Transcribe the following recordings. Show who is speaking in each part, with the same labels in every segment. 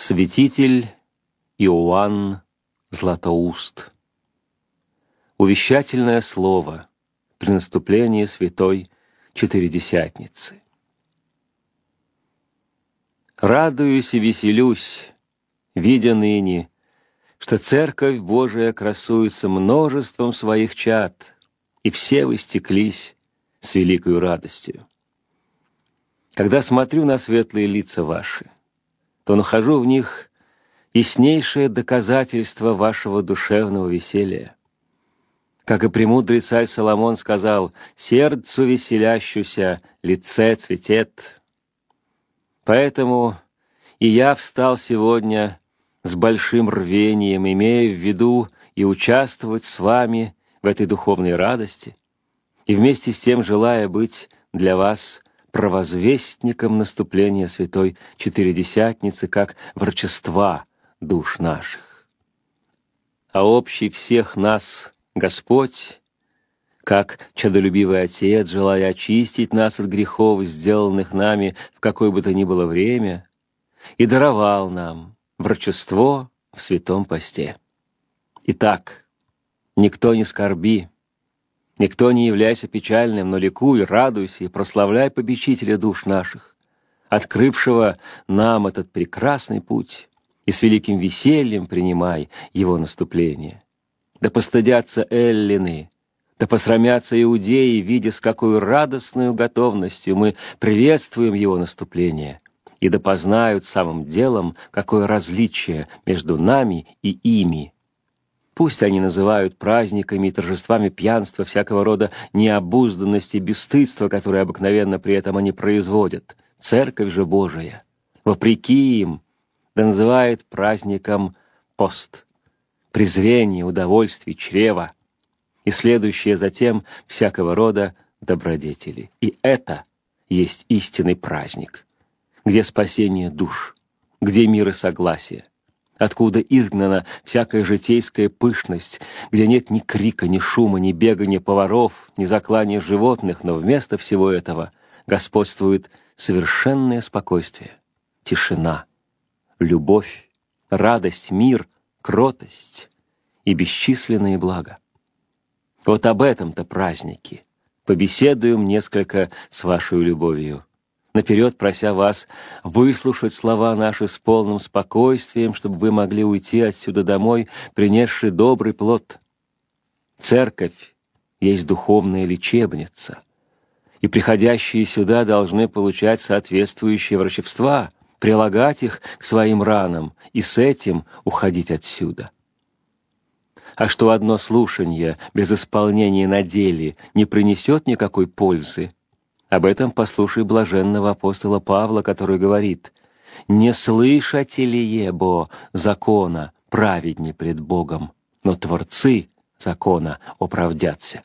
Speaker 1: Святитель Иоанн Златоуст. Увещательное слово при наступлении Святой Четыредесятницы. Радуюсь и веселюсь, видя ныне, что Церковь Божия красуется множеством своих чад, и все вы стеклись с великою радостью. Когда смотрю на светлые лица ваши, то нахожу в них яснейшее доказательство вашего душевного веселья. Как и премудрый царь Соломон сказал: «Сердцу веселящуся лице цветет». Поэтому и я встал сегодня с большим рвением, имея в виду и участвовать с вами в этой духовной радости, и вместе с тем желая быть для вас провозвестником наступления Святой Четыредесятницы как врачества душ наших. А общий всех нас Господь, как чадолюбивый Отец, желая очистить нас от грехов, сделанных нами в какое бы то ни было время, и даровал нам врачество в святом посте. Итак, никто не скорби, никто не являйся печальным, но ликуй, радуйся и прославляй попечителя душ наших, открывшего нам этот прекрасный путь, и с великим весельем принимай его наступление. Да постыдятся эллины, да посрамятся иудеи, видя, с какой радостной готовностью мы приветствуем его наступление, и да познают самым делом, какое различие между нами и ими. Пусть они называют праздниками и торжествами пьянства всякого рода необузданности и бесстыдства, которые обыкновенно при этом они производят. Церковь же Божия, вопреки им, да называет праздником пост, презрение, удовольствие, чрева и следующее затем всякого рода добродетели. И это есть истинный праздник, где спасение душ, где мир и согласие, откуда изгнана всякая житейская пышность, где нет ни крика, ни шума, ни бегания поваров, ни заклания животных, но вместо всего этого господствует совершенное спокойствие, тишина, любовь, радость, мир, кротость и бесчисленные блага. Вот об этом-то празднике побеседуем несколько с вашей любовью, наперед прося вас выслушать слова наши с полным спокойствием, чтобы вы могли уйти отсюда домой, принесши добрый плод. Церковь есть духовная лечебница, и приходящие сюда должны получать соответствующие врачевства, прилагать их к своим ранам и с этим уходить отсюда. А что одно слушание без исполнения на деле не принесет никакой пользы, об этом послушай блаженного апостола Павла, который говорит: «Не слышате ли ебо закона праведни пред Богом, но творцы закона оправдятся».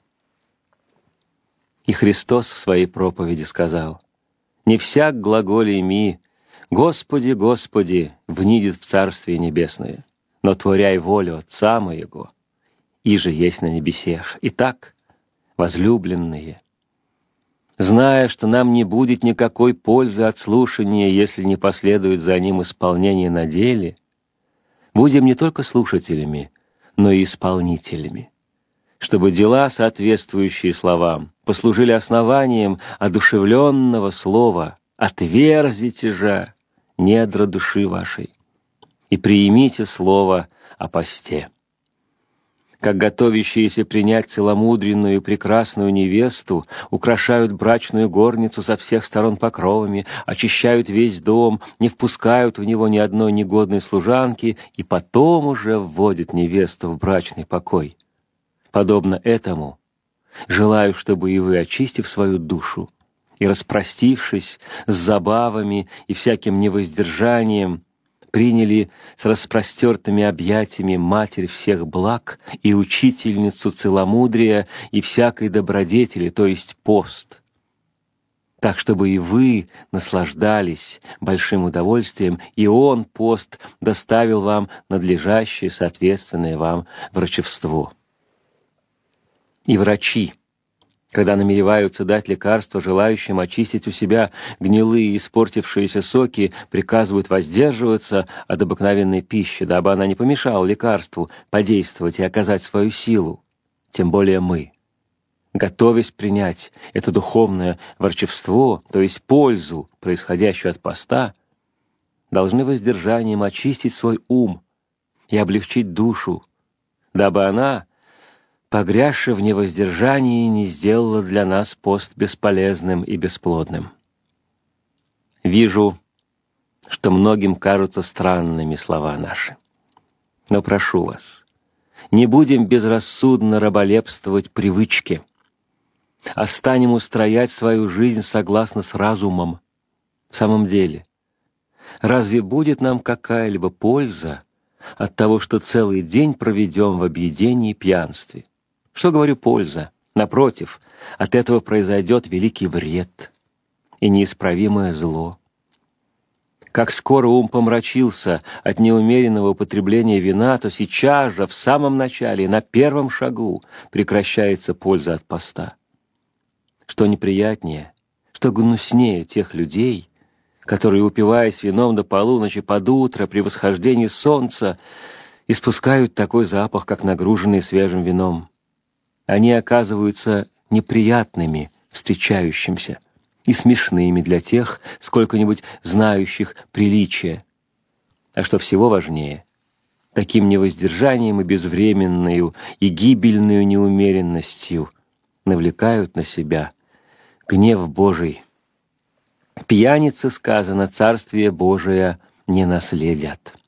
Speaker 1: И Христос в своей проповеди сказал: «Не всяк глаголе ми, Господи, Господи, внидет в Царствие Небесное, но творяй волю Отца Моего, иже есть на небесех». Итак, возлюбленные, зная, что нам не будет никакой пользы от слушания, если не последует за ним исполнение на деле, будем не только слушателями, но и исполнителями, чтобы дела, соответствующие словам, послужили основанием одушевленного слова «Отверзите же недра души вашей и приимите слово о посте». Как готовящиеся принять целомудренную и прекрасную невесту украшают брачную горницу со всех сторон покровами, очищают весь дом, не впускают в него ни одной негодной служанки и потом уже вводят невесту в брачный покой. Подобно этому, желаю, чтобы и вы, очистив свою душу и распростившись с забавами и всяким невоздержанием, приняли с распростертыми объятиями Матерь всех благ и Учительницу целомудрия и всякой добродетели, то есть пост, так, чтобы и вы наслаждались большим удовольствием, и Он, пост, доставил вам надлежащее, соответственное вам врачевство. И врачи, когда намереваются дать лекарство желающим очистить у себя гнилые и испортившиеся соки, приказывают воздерживаться от обыкновенной пищи, дабы она не помешала лекарству подействовать и оказать свою силу. Тем более мы, готовясь принять это духовное ворчевство, то есть пользу, происходящую от поста, должны воздержанием очистить свой ум и облегчить душу, дабы она, погрязши в невоздержании, не сделала для нас пост бесполезным и бесплодным. Вижу, что многим кажутся странными слова наши. Но прошу вас, не будем безрассудно раболепствовать привычке, а станем устроять свою жизнь согласно с разумом. В самом деле, разве будет нам какая-либо польза от того, что целый день проведем в объедении и пьянстве? Что говорю польза? Напротив, от этого произойдет великий вред и неисправимое зло. Как скоро ум помрачился от неумеренного употребления вина, то сейчас же, в самом начале, на первом шагу, прекращается польза от поста. Что неприятнее, что гнуснее тех людей, которые, упиваясь вином до полуночи под утро при восхождении солнца, испускают такой запах, как нагруженный свежим вином. Они оказываются неприятными встречающимся и смешными для тех, сколько-нибудь знающих приличия. А что всего важнее, таким невоздержанием и безвременную и гибельную неумеренностью навлекают на себя гнев Божий. Пьяницы, сказано, Царствие Божие не наследят.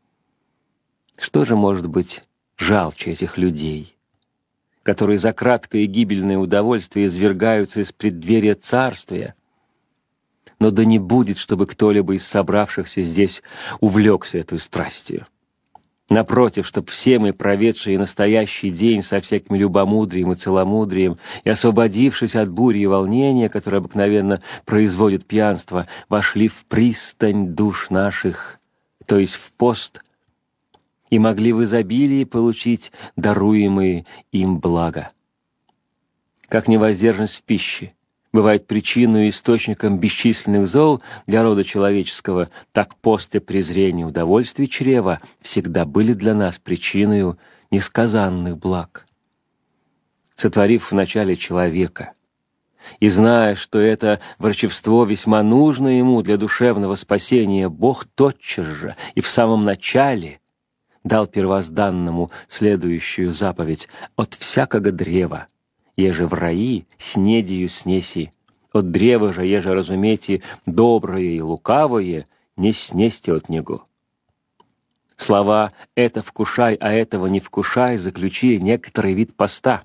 Speaker 1: Что же может быть жалче этих людей, которые за краткое и гибельное удовольствие извергаются из преддверия Царствия? Но да не будет, чтобы кто-либо из собравшихся здесь увлекся этой страстью. Напротив, чтоб все мы, проведшие настоящий день со всяким любомудрием и целомудрием и освободившись от бури и волнения, которые обыкновенно производит пьянство, вошли в пристань душ наших, то есть в пост, и могли в изобилии получить даруемые им блага. Как невоздержанность в пище бывает причиной и источником бесчисленных зол для рода человеческого, так пост и презрение удовольствий чрева всегда были для нас причиной несказанных благ. Сотворив вначале человека, и зная, что это ворчевство весьма нужно ему для душевного спасения, Бог тотчас же и в самом начале дал первозданному следующую заповедь: «От всякого древа, еже в раи, снедию снеси, от древа же, еже разумейте доброе и лукавое, не снесьте от него». Слова «это вкушай, а этого не вкушай» заключили некоторый вид поста.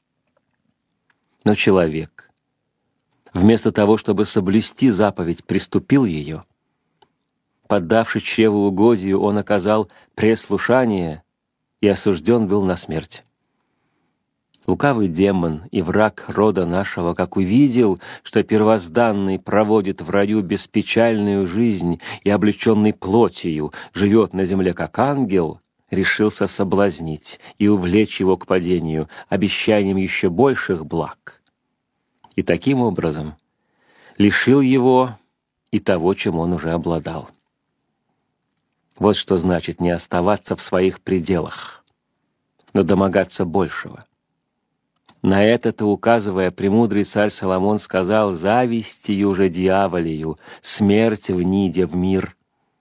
Speaker 1: Но человек, вместо того, чтобы соблюсти заповедь, приступил ее. Поддавшись чревоугодию, он оказал преслушание и осужден был на смерть. Лукавый демон и враг рода нашего, как увидел, что первозданный проводит в раю беспечальную жизнь и, облеченный плотью, живет на земле как ангел, решился соблазнить и увлечь его к падению обещанием еще больших благ. И таким образом лишил его и того, чем он уже обладал. Вот что значит не оставаться в своих пределах, но домогаться большего. На это-то указывая, премудрый царь Соломон сказал: «Завистью же дьяволею, смерть вниде в мир».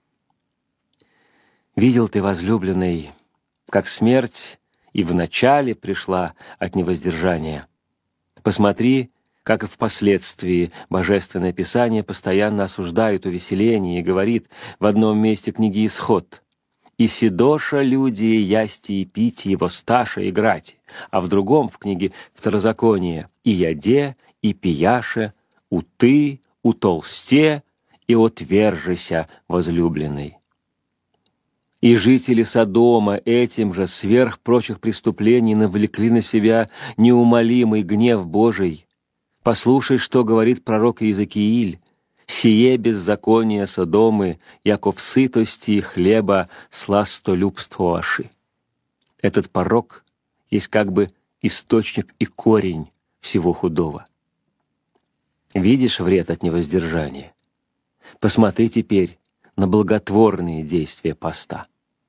Speaker 1: Видел ты, возлюбленный, как смерть и вначале пришла от невоздержания. Посмотри, как и впоследствии Божественное Писание постоянно осуждает увеселение и говорит в одном месте книги «Исход»: «И седоша люди ясти и пить его сташа играть», а в другом, в книге Второзакония: «И яде, и пияше, уты, утолсте, и отвержися, возлюбленный». И жители Содома этим же сверх прочих преступлений навлекли на себя неумолимый гнев Божий. Послушай, что говорит пророк Иезекииль: «Сие беззаконие Содомы, яко в сытости и хлеба сластолюбствоваши». Этот порок есть как бы источник и корень всего худого. Видишь вред от невоздержания? Посмотри теперь на благотворные действия поста.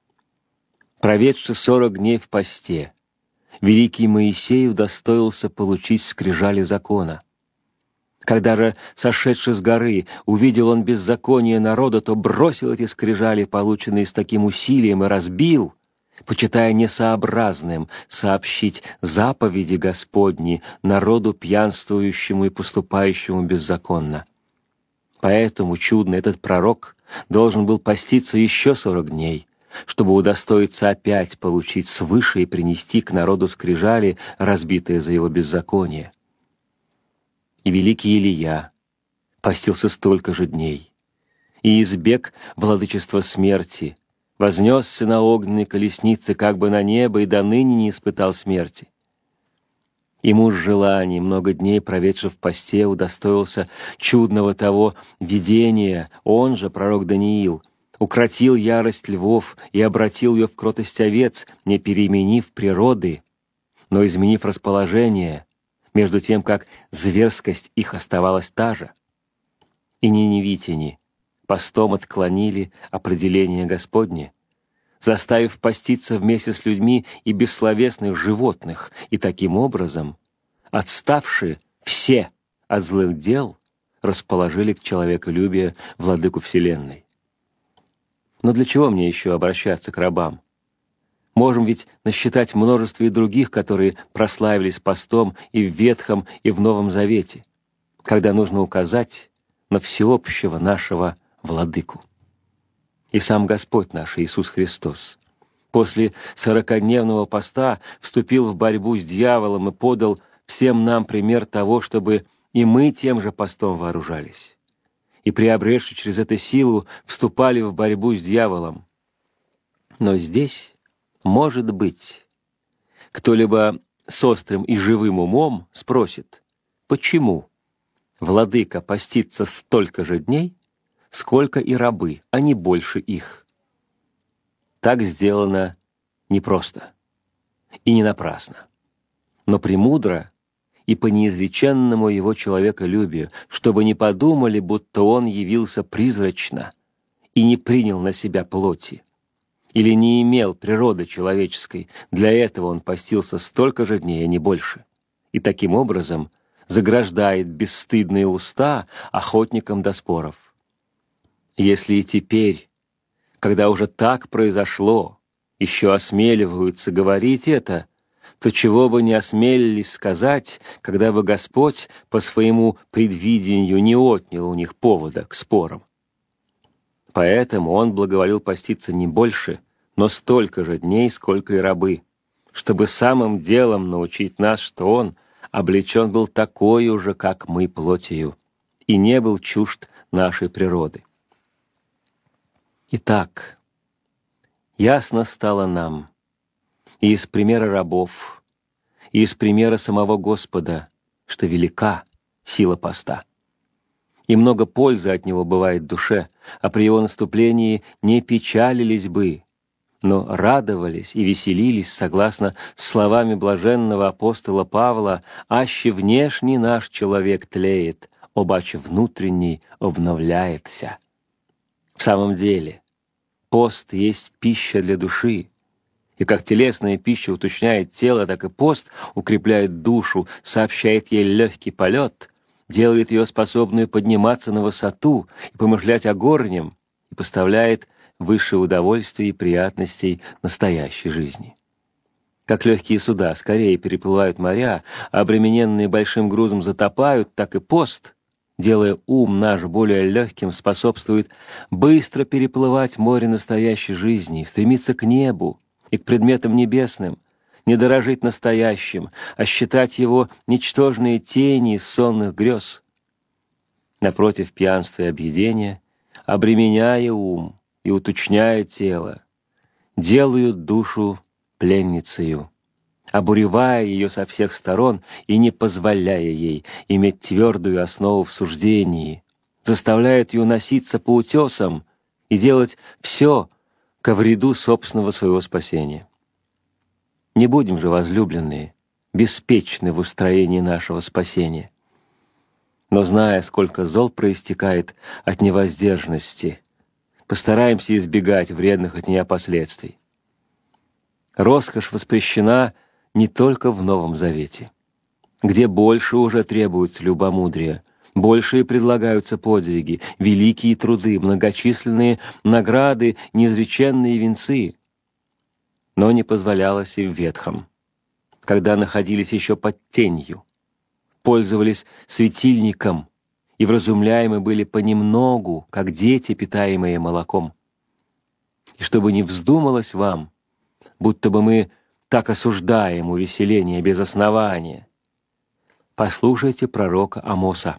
Speaker 1: Проведши 40 дней в посте, великий Моисей удостоился получить скрижали закона. Когда же, сошедший с горы, увидел он беззаконие народа, то бросил эти скрижали, полученные с таким усилием, и разбил, почитая несообразным сообщить заповеди Господни народу пьянствующему и поступающему беззаконно. Поэтому чудно этот пророк должен был поститься еще 40 дней, чтобы удостоиться опять получить свыше и принести к народу скрижали, разбитые за его беззаконие. И великий Илия постился столько же дней, и избег владычества смерти, вознесся на огненной колеснице как бы на небо и до ныне не испытал смерти. И муж желаний, много дней проведший в посте, удостоился чудного того видения, он же, пророк Даниил, укротил ярость львов и обратил ее в кротость овец, не переменив природы, но изменив расположение, между тем, как зверскость их оставалась та же. И ниневитяне постом отклонили определение Господне, заставив поститься вместе с людьми и бессловесных животных, и таким образом, отставшие все от злых дел, расположили к человеколюбию владыку вселенной. Но для чего мне еще обращаться к рабам? Можем ведь насчитать множество и других, которые прославились постом и в Ветхом, и в Новом Завете, когда нужно указать на всеобщего нашего владыку. И сам Господь наш Иисус Христос после 40-дневного поста вступил в борьбу с дьяволом и подал всем нам пример того, чтобы и мы тем же постом вооружались, и, приобретши через это силу, вступали в борьбу с дьяволом. Но здесь, может быть, кто-либо с острым и живым умом спросит, почему владыка постится столько же дней, сколько и рабы, а не больше их? Так сделано непросто и не напрасно, но премудро и по неизреченному его человеколюбию, чтобы не подумали, будто он явился призрачно и не принял на себя плоти, или не имел природы человеческой, для этого он постился столько же дней, а не больше, и таким образом заграждает бесстыдные уста охотникам до споров. Если и теперь, когда уже так произошло, еще осмеливаются говорить это, то чего бы не осмелились сказать, когда бы Господь по своему предвидению не отнял у них повода к спорам. Поэтому Он благоволил поститься не больше, но столько же дней, сколько и рабы, чтобы самым делом научить нас, что Он облечен был такой же, как мы плотью, и не был чужд нашей природы. Итак, ясно стало нам и из примера рабов, и из примера самого Господа, что велика сила поста. И много пользы от него бывает душе, а при его наступлении не печалились бы, но радовались и веселились согласно словами блаженного апостола Павла: «Аще внешний наш человек тлеет, обаче внутренний обновляется». В самом деле, пост есть пища для души, и как телесная пища уточняет тело, так и пост укрепляет душу, сообщает ей легкий полет, делает ее способную подниматься на высоту и помышлять о горнем, и поставляет выше удовольствий и приятностей настоящей жизни. Как легкие суда скорее переплывают моря, а обремененные большим грузом затопают, так и пост, делая ум наш более легким, способствует быстро переплывать море настоящей жизни, стремиться к небу и к предметам небесным, не дорожить настоящим, а считать его ничтожные тени из сонных грез. Напротив, пьянства и объедения, обременяя ум и уточняя тело, делают душу пленницею, обуревая ее со всех сторон и не позволяя ей иметь твердую основу в суждении, заставляют ее носиться по утесам и делать все ко вреду собственного своего спасения. Не будем же, возлюбленные, беспечны в устроении нашего спасения. Но зная, сколько зол проистекает от невоздержанности, постараемся избегать вредных от нее последствий. Роскошь воспрещена не только в Новом Завете, где больше уже требуется любомудрия, больше и предлагаются подвиги, великие труды, многочисленные награды, неизреченные венцы. Но не позволялось и в Ветхом, когда находились еще под тенью, пользовались светильником и вразумляемы были понемногу, как дети, питаемые молоком. И чтобы не вздумалось вам, будто бы мы так осуждаем увеселение без основания, послушайте пророка Амоса,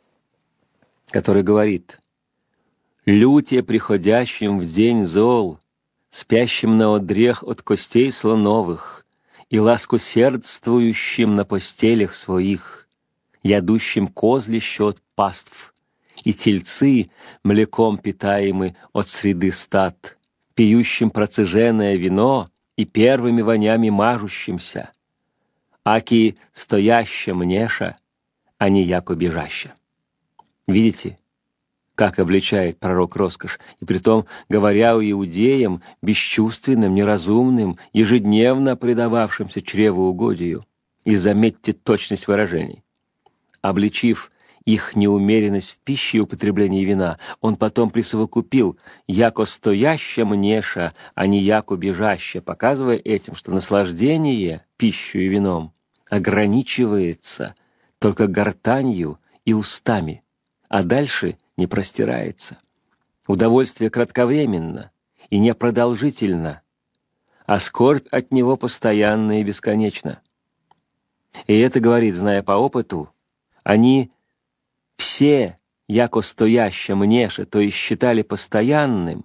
Speaker 1: который говорит: «Люте приходящим в день зол, спящим на одрех от костей слоновых, и ласкосердствующим на постелях своих, ядущим козлище от паств, и тельцы млеком питаемы от среды стад, пьющим процеженное вино и первыми вонями мажущимся, аки стояща мнеша, а не яко бежаща». Видите, как обличает пророк роскошь, и притом говоря иудеям, бесчувственным, неразумным, ежедневно предававшимся чревоугодию. И заметьте точность выражений. Обличив их неумеренность в пище и употреблении вина, он потом присовокупил «яко стояща мнеша, а не яко бежаща», показывая этим, что наслаждение пищей и вином ограничивается только гортанью и устами, а дальше не простирается. Удовольствие кратковременно и непродолжительно, а скорбь от него постоянна и бесконечна. И это говорит, зная по опыту, они все, яко стояще мнеше, то есть считали постоянным,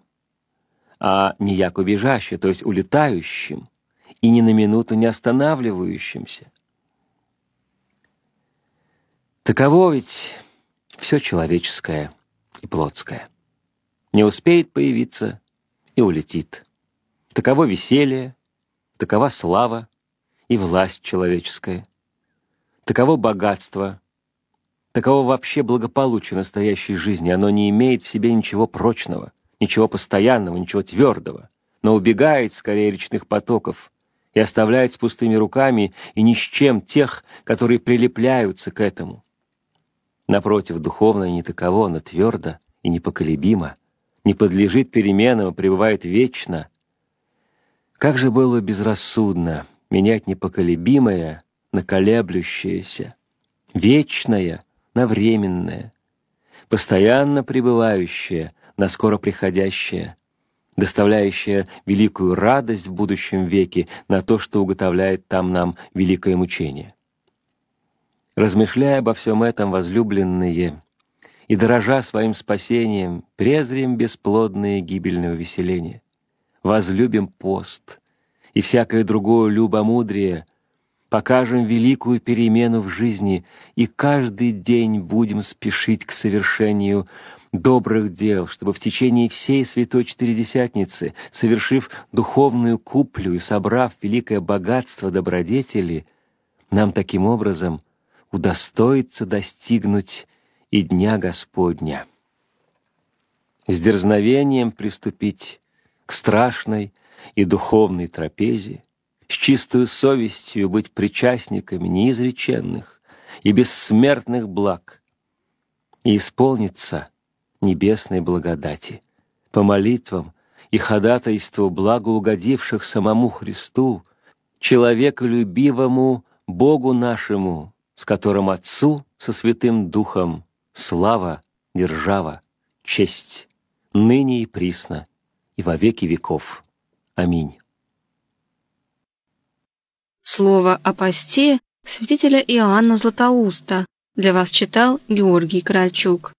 Speaker 1: а не яко бежаще, то есть улетающим, и ни на минуту не останавливающимся. Таково ведь все человеческое и плотское. Не успеет появиться и улетит. Таково веселье, такова слава и власть человеческая. Таково богатство, таково вообще благополучие настоящей жизни. Оно не имеет в себе ничего прочного, ничего постоянного, ничего твердого, но убегает скорее речных потоков и оставляет с пустыми руками и ни с чем тех, которые прилепляются к этому. Напротив, духовное не таково, но твердо и непоколебимо, не подлежит переменам, пребывает вечно. Как же было безрассудно менять непоколебимое на колеблющееся, вечное на временное, постоянно пребывающее на скоро приходящее, доставляющее великую радость в будущем веке на то, что уготовляет там нам великое мучение. Размышляя обо всем этом, возлюбленные, и дорожа своим спасением, презрем бесплодное гибельное увеселение, возлюбим пост и всякое другое любомудрие, покажем великую перемену в жизни и каждый день будем спешить к совершению добрых дел, чтобы в течение всей Святой Четыредесятницы, совершив духовную куплю и собрав великое богатство добродетели, нам таким образом удостоится достигнуть и Дня Господня. С дерзновением приступить к страшной и духовной трапезе, с чистою совестью быть причастниками неизреченных и бессмертных благ, и исполниться небесной благодати по молитвам и ходатайству благоугодивших самому Христу, человеколюбивому Богу нашему, с которым Отцу со Святым Духом слава, держава, честь, ныне и присно, и во веки веков. Аминь.
Speaker 2: Слово о посте святителя Иоанна Златоуста для вас читал Георгий Корольчук.